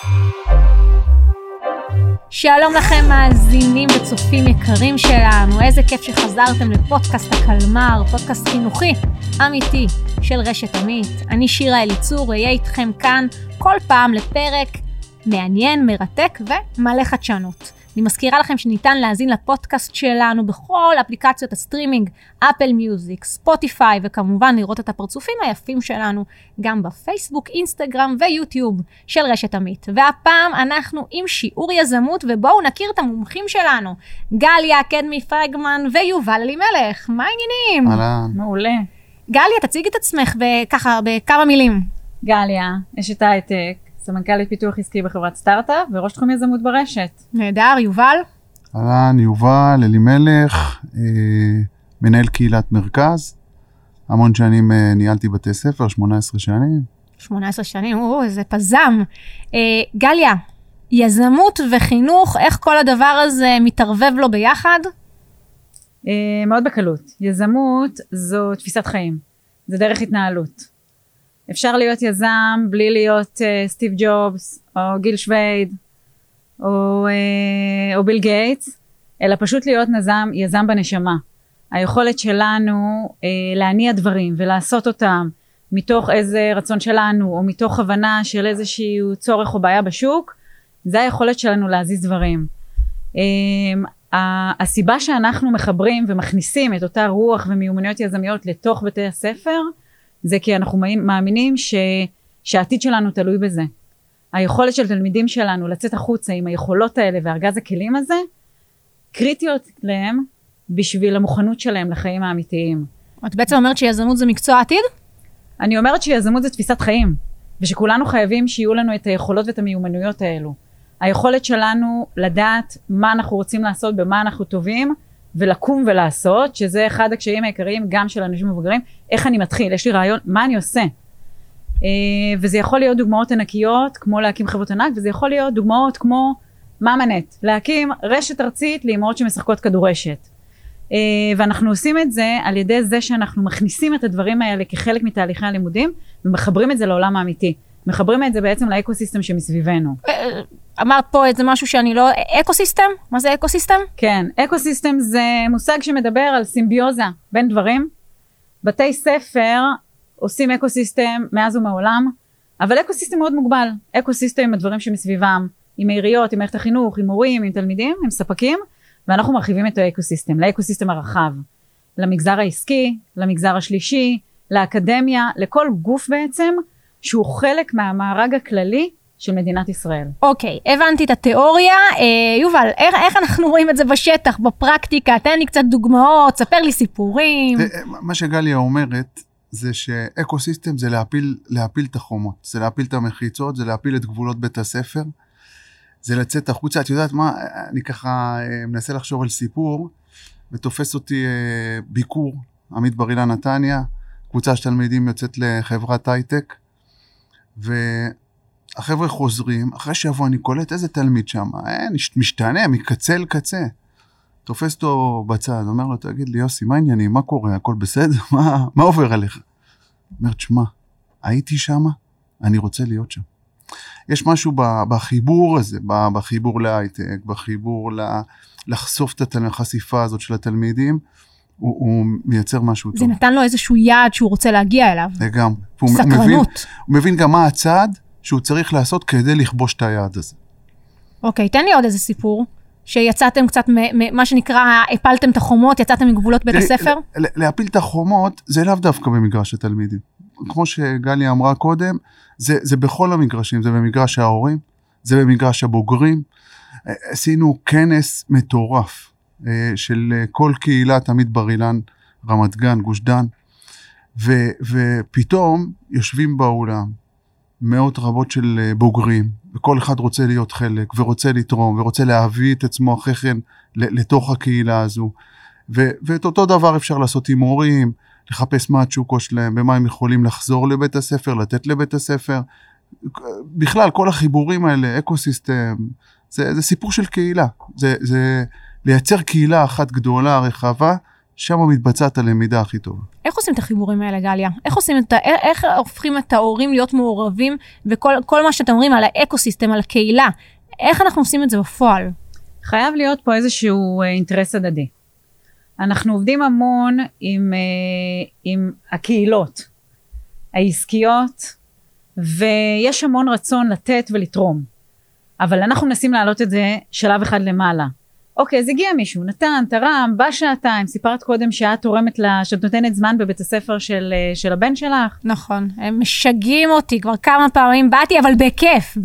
שלום לכם מאזינים וצופים יקרים שלנו, איזה כיף שחזרתם לפודקאסט הקלמר, פודקאסט חינוכי אמיתי של רשת אמית. אני שירה אליצור, אהיה איתכם כאן כל פעם לפרק מעניין, מרתק ומלא חדשנות. אני מזכירה לכם שניתן להאזין לפודקאסט שלנו בכל אפליקציות הסטרימינג, אפל מיוזיק, ספוטיפיי, וכמובן לראות את הפרצופים היפים שלנו גם בפייסבוק, אינסטגרם ויוטיוב של רשת אמית. והפעם אנחנו עם שיעור יזמות, ובואו נכיר את המומחים שלנו, גליה קדמי פרגמן ויובל אלימלך. מה העניינים? אהלן. מעולה. גליה, תציגי את עצמך ככה בכמה מילים. גליה, אשת הייטק, סמנכ"לית פיתוח עסקי בחברת סטארט-אפ וראש תחום יזמות ברשת. נהדר, יובל? אהלן, יובל אלימלך, מנהל קהילת מרכז. המון שנים ניהלתי בתי ספר, 18 שנים. 18 שנים, איזה פזם. גליה, יזמות וחינוך, איך כל הדבר הזה מתערבב לו ביחד? מאוד בקלות. יזמות זו תפיסת חיים, זה דרך התנהלות. אפשר להיות יזם בלי להיות סטיב ג'ובס, או גיל שווייד, או ביל גייטס, אלא פשוט להיות יזם בנשמה. היכולת שלנו להניע דברים ולעשות אותם מתוך איזה רצון שלנו, או מתוך הבנה של איזשהו צורך או בעיה בשוק, זה היכולת שלנו להזיז דברים. הסיבה שאנחנו מחברים ומכניסים את אותה רוח ומיומנויות יזמיות לתוך בתי הספר, זה כי אנחנו מאמינים שהעתיד שלנו תלוי בזה. היכולת של תלמידים שלנו לצאת החוצה עם היכולות האלה וארגז הכלים הזה, קריטיות להם בשביל המוכנות שלהם לחיים האמיתיים. את בעצם אומרת שיזמות זה מקצוע עתיד? אני אומרת שיזמות זה תפיסת חיים, ושכולנו חייבים שיהיו לנו את היכולות ואת המיומנויות האלו. היכולת שלנו לדעת מה אנחנו רוצים לעשות, במה אנחנו טובים, ולקום ולעשות, שזה אחד הקשיים העיקריים גם של אנשים מבוגרים, איך אני מתחיל, יש לי רעיון, מה אני עושה? וזה יכול להיות דוגמאות ענקיות, כמו להקים חברות ענק, וזה יכול להיות דוגמאות כמו ממנט, להקים רשת ארצית לאמהות שמשחקות כדורשת. ואנחנו עושים את זה על ידי זה שאנחנו מכניסים את הדברים האלה כחלק מתהליכי הלימודים, ומחברים את זה לעולם האמיתי. מחברים את זה בעצם לאקוסיסטם שמסביבנו. אמרת פה איזה משהו שאני לא... אקוסיסטם? מה זה אקוסיסטם? כן, אקוסיסטם זה מושג שמדבר על סימביוזה בין דברים. בתי ספר עושים אקוסיסטם מאז ומעולם, אבל אקוסיסטם מאוד מוגבל. אקוסיסטם עם הדברים שמסביבם, עם העיריות, עם מערכת החינוך, עם מורים, עם תלמידים, עם ספקים, ואנחנו מרחיבים את האקוסיסטם, לאקוסיסטם הרחב, למגזר העסקי, למגזר השלישי, לאקדמיה, לכל גוף בעצם, שהוא חלק מהמארג הכללי של מדינת ישראל. אוקיי, הבנתי את התיאוריה. יובל, איך אנחנו רואים את זה בשטח, בפרקטיקה? תן לי קצת דוגמאות, ספר לי סיפורים. מה שגליה אומרת, זה שאקוסיסטם זה להפיל את החומות, זה להפיל את המחיצות, זה להפיל את גבולות בית הספר, זה לצאת החוצה. את יודעת מה, אני ככה מנסה לחשוב על סיפור, ותופס אותי ביקור, עמית בר אילן נתניה, קבוצה של תלמידים יוצאת לחברת הייטק, והחבר'ה חוזרים, אחרי שבוע אני קולט איזה תלמיד שם, משתנה מקצה לקצה, תופס אותו בצד, אומר לו, תגיד לי יוסי, מה העניינים, מה קורה, הכל בסדר, מה עובר עליך? אומר, תשמע, הייתי שם, אני רוצה להיות שם. יש משהו בחיבור הזה, בחיבור להייטק, בחיבור לחשוף את החשיפה הזאת של התלמידים, הוא מייצר משהו טוב. זה נתן לו איזשהו יעד שהוא רוצה להגיע אליו. גם. סקרנות. הוא מבין גם מה הצעד שהוא צריך לעשות כדי לכבוש את היעד הזה. אוקיי, תן לי עוד איזה סיפור, שיצאתם קצת, מה שנקרא, הפלתם את החומות, יצאתם מגבולות בית הספר? להפיל את החומות, זה לאו דווקא במגרש התלמידים. כמו שגליה אמרה קודם, זה בכל המגרשים, זה במגרש ההורים, זה במגרש הבוגרים. עשינו כנס מטורף, של כל קהילת עמית בר אילן, רמת גן, גוש דן, ופתאום יושבים באולם מאות רבות של בוגרים, וכל אחד רוצה להיות חלק, ורוצה לתרום, ורוצה להביא את עצמו אחרי כן לתוך הקהילה הזו, ואת אותו דבר אפשר לעשות עם הורים, לחפש מה התשוקות שלהם, במה הם יכולים לחזור לבית הספר, לתת לבית הספר, בכלל כל החיבורים האלה, אקוסיסטם, זה סיפור של קהילה, זה לייצר קהילה אחת גדולה, רחבה, שם מתבצעת הלמידה הכי טובה. איך עושים את החיבורים האלה, גליה? איך הופכים את ההורים להיות מעורבים, וכל מה שאתם אומרים על האקוסיסטם, על הקהילה, איך אנחנו עושים את זה בפועל? חייב להיות פה איזשהו אינטרס הדדי. אנחנו עובדים המון עם הקהילות, העסקיות, ויש המון רצון לתת ולתרום. אבל אנחנו מנסים להעלות את זה שלב אחד למעלה. אוקיי, אז הגיע מישהו, נתן, תרם, בא שעתיים, סיפרת קודם שאת תורמת לה, שאת נותנת זמן בבית הספר של הבן שלך. נכון, הם משגעים אותי, כבר כמה פעמים באתי, אבל בכיף.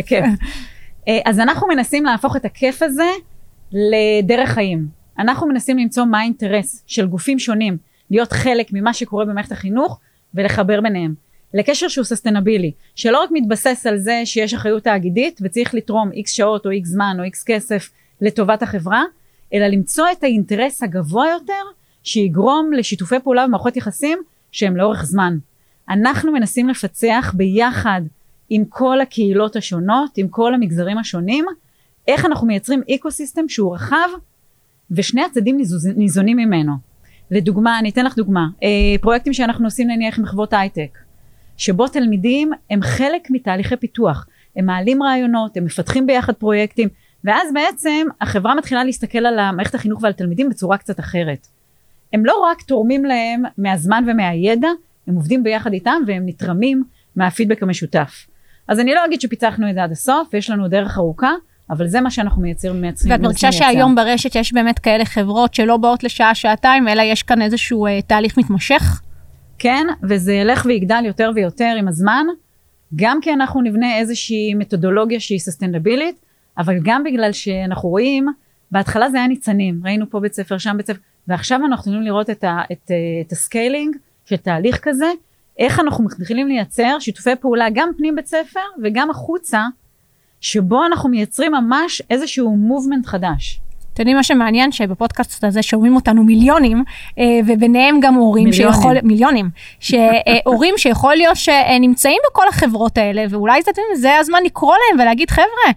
אז אנחנו מנסים להפוך את הכיף הזה לדרך חיים. אנחנו מנסים למצוא מה האינטרס של גופים שונים, להיות חלק ממה שקורה במערכת החינוך, ולחבר ביניהם. לקשר שהוא ססטנבילי, שלא רק מתבסס על זה שיש אחריות תאגידית, וצריך לתרום X שעות או X זמן או X כסף לטובת החברה, אלא למצוא את האינטרס הגבוה יותר, שיגרום לשיתופי פעולה ומערכות יחסים, שהם לאורך זמן. אנחנו מנסים לפצח ביחד, עם כל הקהילות השונות, עם כל המגזרים השונים, איך אנחנו מייצרים אקוסיסטם שהוא רחב, ושני הצדדים ניזונים ממנו. לדוגמה, אני אתן לך דוגמה, פרויקטים שאנחנו עושים נניח עם חברות הייטק, שבו תלמידים הם חלק מתהליכי פיתוח, הם מעלים רעיונות, הם מפתחים ביחד פרויקטים, ואז בעצם החברה מתחילה להסתכל על מערכת החינוך ועל תלמידים בצורה קצת אחרת. הם לא רק תורמים להם מהזמן ומהידע, הם עובדים ביחד איתם והם נתרמים מהפידבק המשותף. אז אני לא אגיד שפיצחנו את זה עד הסוף, יש לנו דרך ארוכה, אבל זה מה שאנחנו מייצרים. ואת מרגישה שהיום ברשת יש באמת כאלה חברות שלא באות לשעה, שעתיים, אלא יש כאן איזשהו תהליך מתמשך? כן, וזה ילך ויגדל יותר ויותר עם הזמן, גם כי אנחנו נבנה איזושהי מתודולוגיה שהיא ססטנבילית, אבל גם בגלל שאנחנו רואים, בהתחלה זה היה ניצנים, ראינו פה בית ספר, שם בית ספר, ועכשיו אנחנו יכולים לראות את הסקיילינג של תהליך כזה, איך אנחנו מתחילים לייצר שיתופי פעולה גם פנים בית ספר וגם החוצה, שבו אנחנו מייצרים ממש איזשהו מובמנט חדש. אתם יודעים מה שמעניין, שבפודקאסט הזה שומעים אותנו מיליונים, וביניהם גם הורים מיליונים, שהורים שיכול להיות שנמצאים בכל החברות האלה, ואולי זה הזמן לקרוא להם ולהגיד, חבר'ה,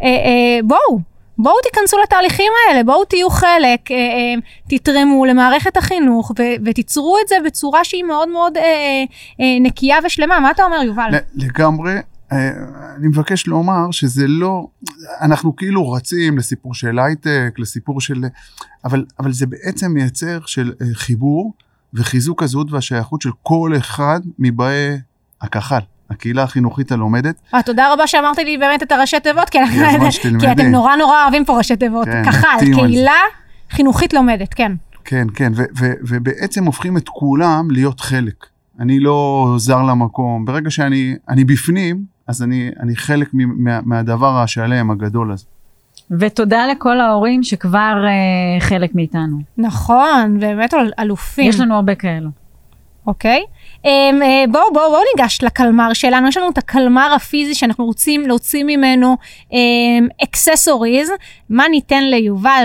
בואו תיכנסו לתהליכים האלה, בואו תהיו חלק, תתרמו למערכת החינוך, ותיצרו את זה בצורה שהיא מאוד מאוד נקייה ושלמה. מה אתה אומר, יובל? לגמרי. אני מבקש לומר שזה לא, אנחנו כאילו רצים לסיפור של הייטק, לסיפור של, אבל זה בעצם מייצר של חיבור וחיזוק הזהות והשייכות של כל אחד מבאי הקהל, הקהילה החינוכית הלומדת. תודה רבה שאמרת לי באמת את הראשי תיבות, כי אתם נורא אוהבים פה ראשי תיבות. קהל, קהילה חינוכית לומדת, כן. כן, כן, ובעצם הופכים את כולם להיות חלק. אני לא זר למקום, ברגע שאני בפנים, אז אני חלק מהדבר השלם הגדול הזה. ותודה לכל ההורים שכבר חלק מאיתנו. נכון, באמת אלופים. יש לנו הרבה כאלו. אוקיי. בואו ניגש לקלמר שלנו. יש לנו את הקלמר הפיזי שאנחנו רוצים להוציא ממנו אקססוריז. מה ניתן ליובל?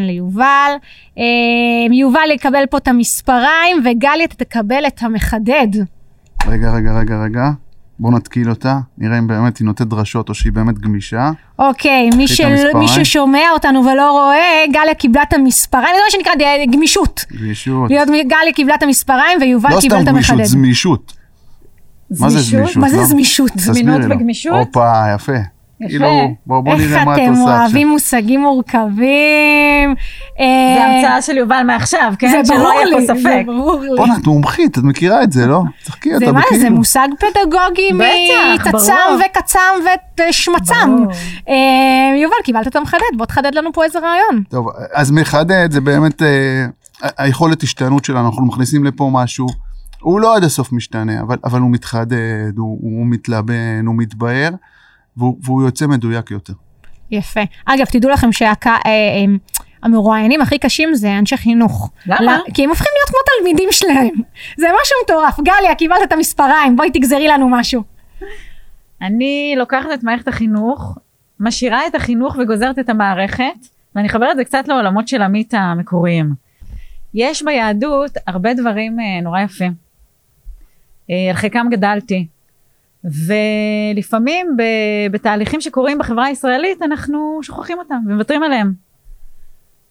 יובל יקבל פה את המספריים, וגליה אתה תקבל את המחדד. רגע. בואו נתקיל אותה, נראה אם באמת היא נותנת דרשות או שהיא באמת גמישה. אוקיי, מי ששומע אותנו ולא רואה, גליה קיבלה את המספריים, זה מה שנקרא גמישות. גליה קיבלה את המספריים ויובל קיבל את המחדד. לא סתם גמישות, זמישות. מה זה זמישות? מה זה זמישות? זמינות וגמישות? הופה, יפה. בואו נראה מה את עושה עכשיו. איך אתם אוהבים מושגים מורכבים. זה המצאה של יובל מעכשיו, כן? שלא יהיה פה ספק. זה ברור לי. בואו, את מומחית, את מכירה את זה, לא? צחקי אותה בכאילו. זה מושג פדגוגי מתצם וקצם ושמצם. יובל, קיבלת את המחדד, בוא תחדד לנו פה איזה רעיון. טוב, אז מחדד, זה באמת היכולת השתנות שלנו, אנחנו מכניסים לפה משהו, הוא לא עד הסוף משתנה, אבל הוא מתחדד, הוא מתלבן, הוא מתבהר, והוא יוצא מדויק יותר. יפה. אגב, תדעו לכם שהמרואיינים הכי קשים זה אנשי חינוך. למה? כי הם הופכים להיות כמו תלמידים שלהם. זה משהו מטורף. גליה, קיבלת את המספריים, בואי תגזרי לנו משהו. אני לוקחת את מערכת החינוך, משאירה את החינוך וגוזרת את המערכת, ואני חבר את זה קצת לעולמות של עמית המקוריים. יש ביהדות הרבה דברים נורא יפים. על חלקם גדלתי. ולפעמים בתהליכים שקורים בחברה הישראלית, אנחנו שוכחים אותם ומוותרים עליהם.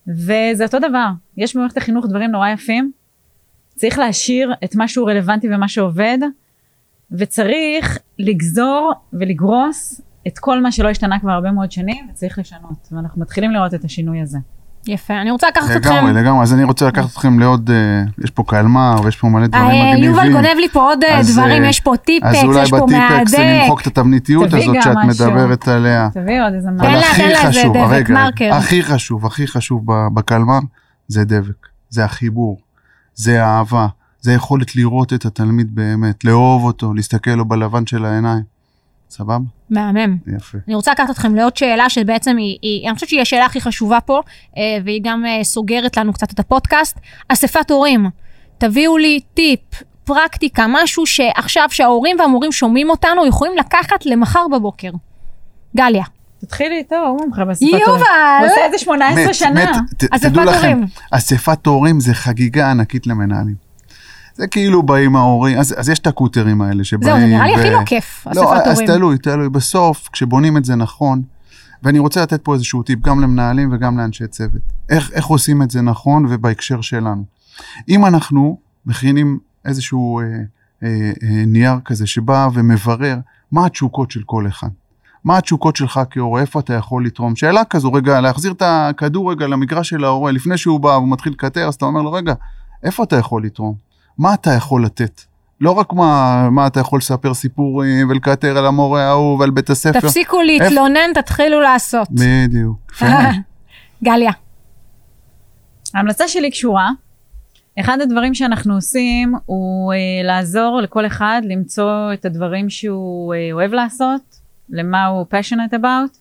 וזה אותו דבר, יש במערכת החינוך דברים נורא יפים, צריך להשאיר את מה שהוא רלוונטי ומה שעובד, וצריך לגזור ולגרוס את כל מה שלא השתנה כבר הרבה מאוד שנים, וצריך לשנות, ואנחנו מתחילים לראות את השינוי הזה. יפה, אני רוצה לקחת אתכם. לגמרי, אז אני רוצה לקחת אתכם לעוד, יש פה קלמר, ויש פה מלא דברים מגניבים. יובל גונב לי פה עוד דברים, יש פה טיפקס, יש פה מהדק. אז אולי בטיפקס זה למחוק את התבניתיות הזאת שאת מדברת עליה. תביא עוד איזה אבל הכי חשוב בקלמר, זה דבק, זה החיבור, זה האהבה, זה יכולת לראות את התלמיד באמת, לאהוב אותו, להסתכל לו בלבן של העיניים. סבבה? מהמם. יפה. אני רוצה לקחת אתכם לעוד שאלה שבעצם אני חושבת שהיא השאלה הכי חשובה פה, והיא גם סוגרת לנו קצת את הפודקאסט. אספת הורים, תביאו לי טיפ, פרקטיקה, משהו שעכשיו שההורים והמורים שומעים אותנו, יכולים לקחת למחר בבוקר. גליה. תתחילי איתו, הוא מומחה באספת הורים. יובל! הוא עושה את זה 18 שנה. תדעו לכם, אספת הורים זה חגיגה ענקית למנהלים. זה כאילו באים ההורים, אז יש את הקוטרים האלה שבאים. זהו, זה נראה לי הכי לא כיף, אספת הורים. לא, אז תלוי, בסוף, כשבונים את זה נכון, ואני רוצה לתת פה איזשהו טיפ, גם למנהלים וגם לאנשי צוות. איך עושים את זה נכון ובהקשר שלנו. אם אנחנו מכינים איזשהו נייר כזה שבא ומברר, מה התשוקות של כל אחד? מה התשוקות שלך כהורה? איפה אתה יכול לתרום? שאלה כזו, רגע, להחזיר את הכדור רגע למגרש של ההורה, לפני שהוא בא והוא מתחיל לקטר, אז אתה אומר לו, רגע, איפה אתה יכול לתרום? מה אתה יכול לתת? לא רק מה אתה יכול לספר סיפורים ולקטר על המורה ההוא ועל בית הספר. תפסיקו להתלונן, תתחילו לעשות. בדיוק. גליה. ההמלצה שלי קשורה. אחד הדברים שאנחנו עושים הוא לעזור לכל אחד למצוא את הדברים שהוא אוהב לעשות, למה הוא passionate about,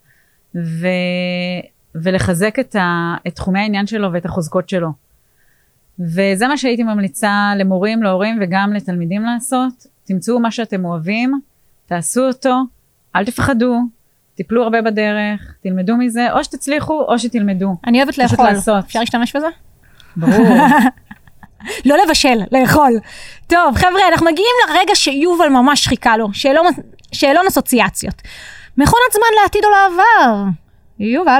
ולחזק את תחומי העניין שלו ואת החוזקות שלו. וזה מה שהייתי ממליצה למורים, להורים וגם לתלמידים לעשות. תמצאו מה שאתם אוהבים, תעשו אותו, אל תפחדו, תיפלו הרבה בדרך, תלמדו מזה, או שתצליחו או שתלמדו. אני אוהבת לאכול, אפשר להשתמש בזה? ברור. לא לבשל, לאכול. טוב, חבר'ה, אנחנו מגיעים לרגע שיובל ממש חיכה לו, שאלון אסוציאציות. מכונת זמן לעתיד או לעבר? יובל?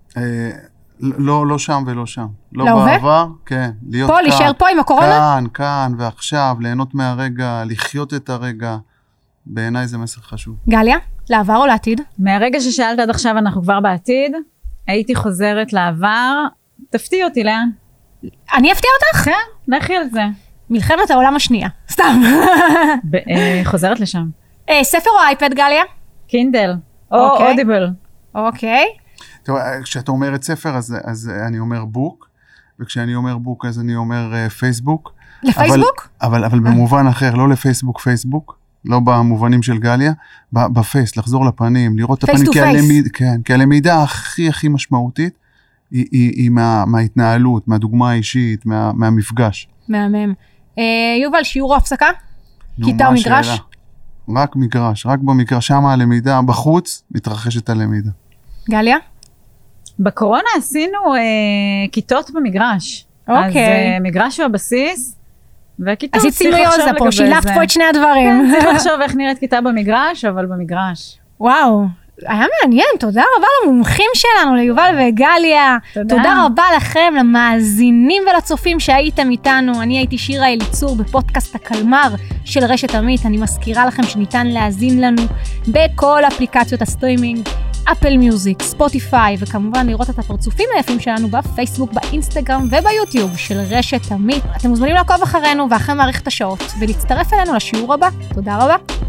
לא שם ולא שם. לא בעבר, כן. להיות פה, להישאר פה עם הקורונה? כאן ועכשיו, ליהנות מהרגע, לחיות את הרגע. בעיניי זה מסר חשוב. גליה, לעבר או לעתיד? מהרגע ששאלת עד עכשיו אנחנו כבר בעתיד, הייתי חוזרת לעבר, תפתיע אותי, לאן? אני אפתיע אותך? כן, לכי על זה. מלחמת העולם השנייה, סתם. חוזרת לשם. ספר או אייפד, גליה? קינדל, או אודיבל. אוקיי. כשאתה אומרת ספר, אז אני אומר בוק, וכשאני אומר בוק, אז אני אומר פייסבוק. לפייסבוק? אבל במובן אחר, לא לפייסבוק, פייסבוק, לא במובנים של גליה, בפייס, לחזור לפנים, לראות את הפנים, כי הלמידה הכי משמעותית, היא מההתנהלות, מהדוגמה האישית, מהמפגש. מהמם. יובל, שיעור או הפסקה? כיתה או מגרש? רק מגרש, רק במגרש, שם הלמידה, בחוץ מתרחשת הלמידה. גליה? בקורונה עשינו כיתות במגרש. אוקיי. אז מגרש הוא הבסיס, והכיתות אז סימויוזה פה, שילבת פה את שני הדברים. צריך לחשוב איך נראית כיתה במגרש, אבל במגרש. וואו, היה מעניין, תודה רבה למומחים שלנו, ליובל וגליה. תודה רבה לכם, למאזינים ולצופים שהייתם איתנו. אני הייתי שירה אליצור בפודקאסט הקלמר של רשת עמית. אני מזכירה לכם שניתן להאזין לנו בכל אפליקציות הסטרימינג, אפל מיוזיק, ספוטיפיי, וכמובן לראות את הפרצופים היפים שלנו בפייסבוק, באינסטגרם וביוטיוב של רשת עמית. אתם מוזמנים לעקוב אחרינו ואחרי מערכת השעות, ולהצטרף אלינו לשיעור הבא. תודה רבה.